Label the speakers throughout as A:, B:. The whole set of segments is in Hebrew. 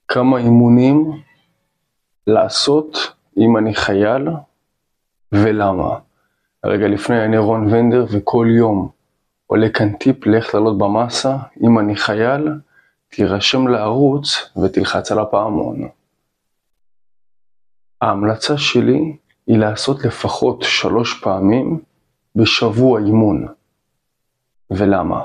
A: כמה אימונים לעשות אם אני חייל ולמה. רגע לפני אני רון ונדר, וכל יום עולה כאן טיפ לאיך לעלות במסה. אם אני חייל, תירשם לערוץ ותלחץ על הפעמון. ההמלצה שלי היא לעשות לפחות 3 פעמים בשבוע אימון. ולמה?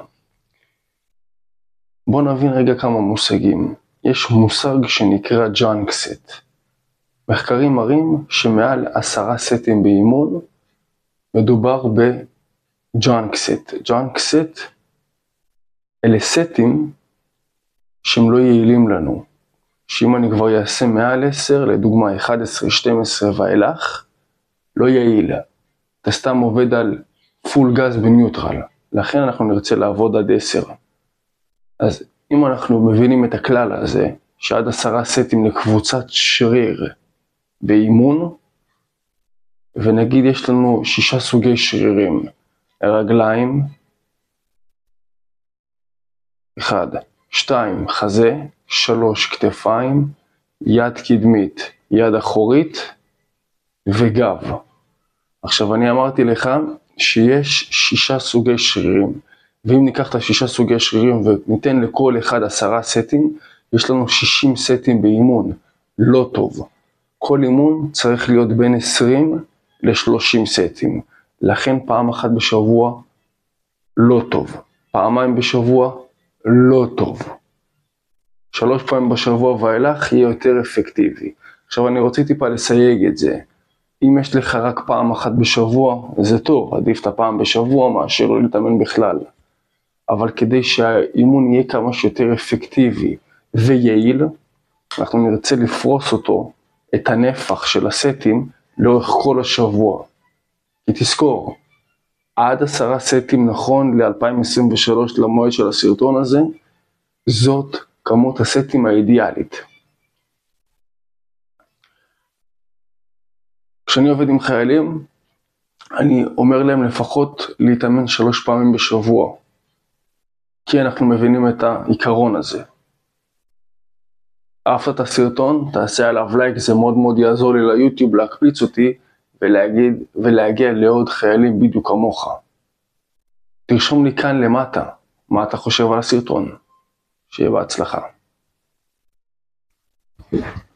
A: בואו נבין רגע כמה מושגים. יש מושג שנקרא ג'אנק סט. מחקרים מראים שמעל 10 סטים באימון מדובר בג'אנק סט. ג'אנק סט אלה סטים שהם לא יעילים לנו. שאם אני כבר אעשה מעל 10, לדוגמה 11, 12 ואילך, לא יעיל. אתה סתם עובד על פול גז בניוטרל. לכן אנחנו נרצה לעבוד עד 10. אז אם אנחנו מבינים את הכלל הזה, שעד 10 סטים לקבוצת שריר באימון, ונגיד יש לנו 6 סוגי שרירים, רגליים, 1, 2, חזה, 3, כתפיים, יד קדמית, יד אחורית וגב. עכשיו אני אמרתי לך שיש 6 סוגי שרירים, ואם ניקח את 6 סוגי שרירים וניתן לכל אחד 10 סטים, יש לנו 60 סטים באימון. לא טוב. כל אימון צריך להיות בין 20 ל-30 סטים. לכן פעם אחת בשבוע לא טוב. פעמיים בשבוע לא טוב. 3 פעמים בשבוע ואילך יהיה יותר אפקטיבי. עכשיו אני רוצה טיפה לסייג את זה. אם יש לך רק פעם אחת בשבוע, זה טוב. עדיף את הפעם בשבוע מאשר לא להתאמן בכלל. אבל כדי שהאימון יהיה כמה שיותר אפקטיבי ויעיל, אנחנו נרצה לפרוס אותו, את הנפח של הסטים, לאורך כל השבוע. כי תזכור, עד 10 סטים נכון ל-2023 למועד של הסרטון הזה, זאת כמות הסטים האידיאלית. כשאני עובד עם חיילים, אני אומר להם לפחות להתאמן 3 פעמים בשבוע. כי אנחנו מבינים את העיקרון הזה. אהבת את הסרטון, תעשה עליו לייק, זה מאוד מאוד יעזור לי ליוטיוב להקפיץ אותי ולהגיע לעוד חיילים בדיוק כמוך. תרשום לי כאן למטה מה אתה חושב על הסרטון. שיהיה בהצלחה.